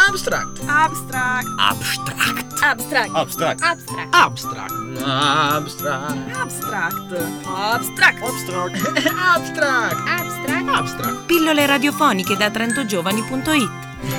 Abstract. Abstract. Abstract. Abstract. Abstract. Abstract. Abstract. Abstract. Abstract. Abstract. Abstract. Abstract. Abstract. Abstract. Pillole radiofoniche da trentogiovani.it.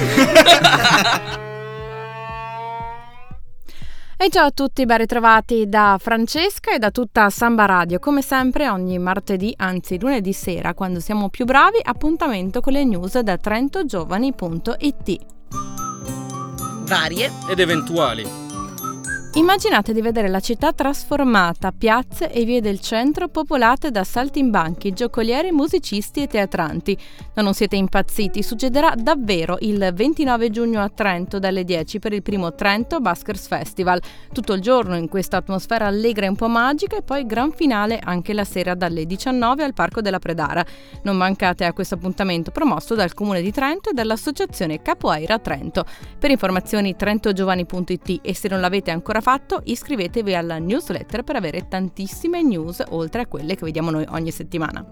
E ciao a tutti, ben ritrovati da Francesca e da tutta Samba Radio. Come sempre ogni martedì, anzi lunedì sera, quando siamo più bravi, appuntamento con le news da trentogiovani.it. Varie Ed eventuali. Immaginate di vedere la città trasformata, piazze e vie del centro popolate da saltimbanchi, giocolieri, musicisti e teatranti. Ma non siete impazziti, succederà davvero il 29 giugno a Trento dalle 10 per il primo Trento Buskers Festival. Tutto il giorno in questa atmosfera allegra e un po' magica e poi gran finale anche la sera dalle 19 al Parco della Predara. Non mancate a questo appuntamento promosso dal Comune di Trento e dall'Associazione Capoeira Trento. Per informazioni trentogiovani.it e se non l'avete ancora fatto, iscrivetevi alla newsletter per avere tantissime news oltre a quelle che vediamo noi ogni settimana.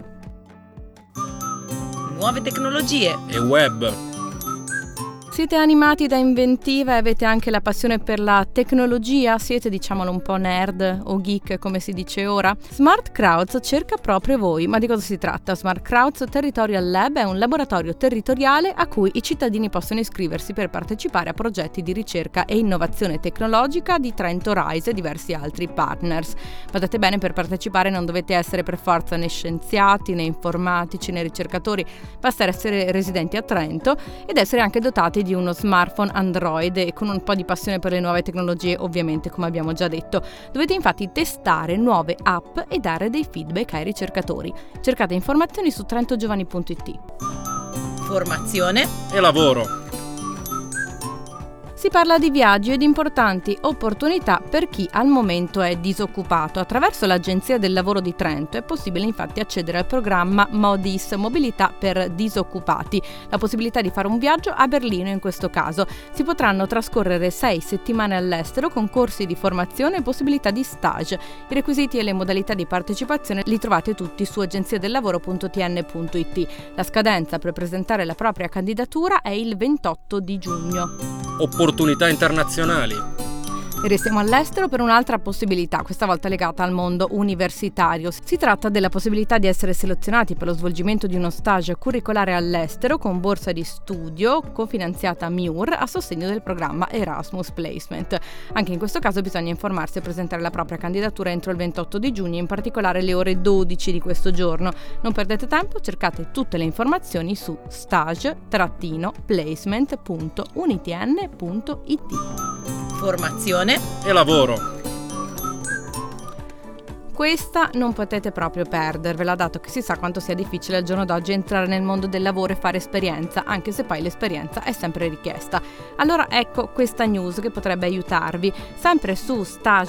nuove tecnologie E web. Siete animati da inventiva e avete anche la passione per la tecnologia? Siete, diciamolo, un po' nerd o geek come si dice ora? Smart Crowds cerca proprio voi. Ma di cosa si tratta? Smart Crowds Territorial Lab è un laboratorio territoriale a cui i cittadini possono iscriversi per partecipare a progetti di ricerca e innovazione tecnologica di Trento Rise e diversi altri partners. Badate bene, per partecipare non dovete essere per forza né scienziati, né informatici, né ricercatori, basta essere residenti a Trento ed essere anche dotati di uno smartphone Android e con un po' di passione per le nuove tecnologie, ovviamente, come abbiamo già detto. Dovete infatti testare nuove app e dare dei feedback ai ricercatori. Cercate informazioni su trentogiovani.it. formazione E lavoro. Si parla di viaggi e di importanti opportunità per chi al momento è disoccupato. Attraverso l'Agenzia del Lavoro di Trento è possibile infatti accedere al programma Modis, Mobilità per Disoccupati, la possibilità di fare un viaggio a Berlino in questo caso. Si potranno trascorrere 6 settimane all'estero con corsi di formazione e possibilità di stage. I requisiti e le modalità di partecipazione li trovate tutti su agenziadellavoro.tn.it. La scadenza per presentare la propria candidatura è il 28 di giugno. Opportunità internazionali. E restiamo all'estero per un'altra possibilità, questa volta legata al mondo universitario. Si tratta della possibilità di essere selezionati per lo svolgimento di uno stage curricolare all'estero con borsa di studio cofinanziata MIUR a sostegno del programma Erasmus Placement. Anche in questo caso bisogna informarsi e presentare la propria candidatura entro il 28 di giugno, in particolare le ore 12 di questo giorno. Non perdete tempo, cercate tutte le informazioni su stage-placement.unitn.it. formazione E lavoro. Questa non potete proprio perdervela, dato che si sa quanto sia difficile al giorno d'oggi entrare nel mondo del lavoro e fare esperienza, anche se poi l'esperienza è sempre richiesta. Allora ecco questa news che potrebbe aiutarvi. Sempre su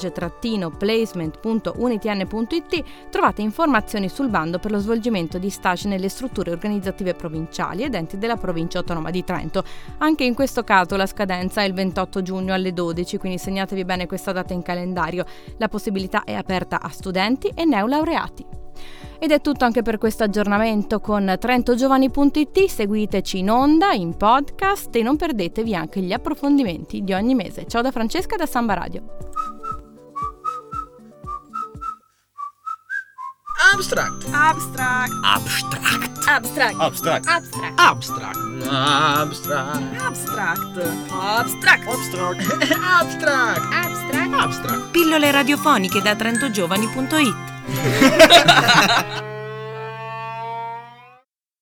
stage-placement.unitn.it trovate informazioni sul bando per lo svolgimento di stage nelle strutture organizzative provinciali ed enti della provincia autonoma di Trento. Anche in questo caso la scadenza è il 28 giugno alle 12, quindi segnatevi bene questa data in calendario. La possibilità è aperta a studenti e neolaureati. Ed è tutto anche per questo aggiornamento con trentogiovani.it. Seguiteci in onda, in podcast e non perdetevi anche gli approfondimenti di ogni mese. Ciao da Francesca da Samba Radio. Abstract. abstract Abstract. abstract Abstract. abstract Abstract. Abstract. abstract abstract Abstract. Abstract. abstract Abstract. Pillole radiofoniche da trentogiovani.it.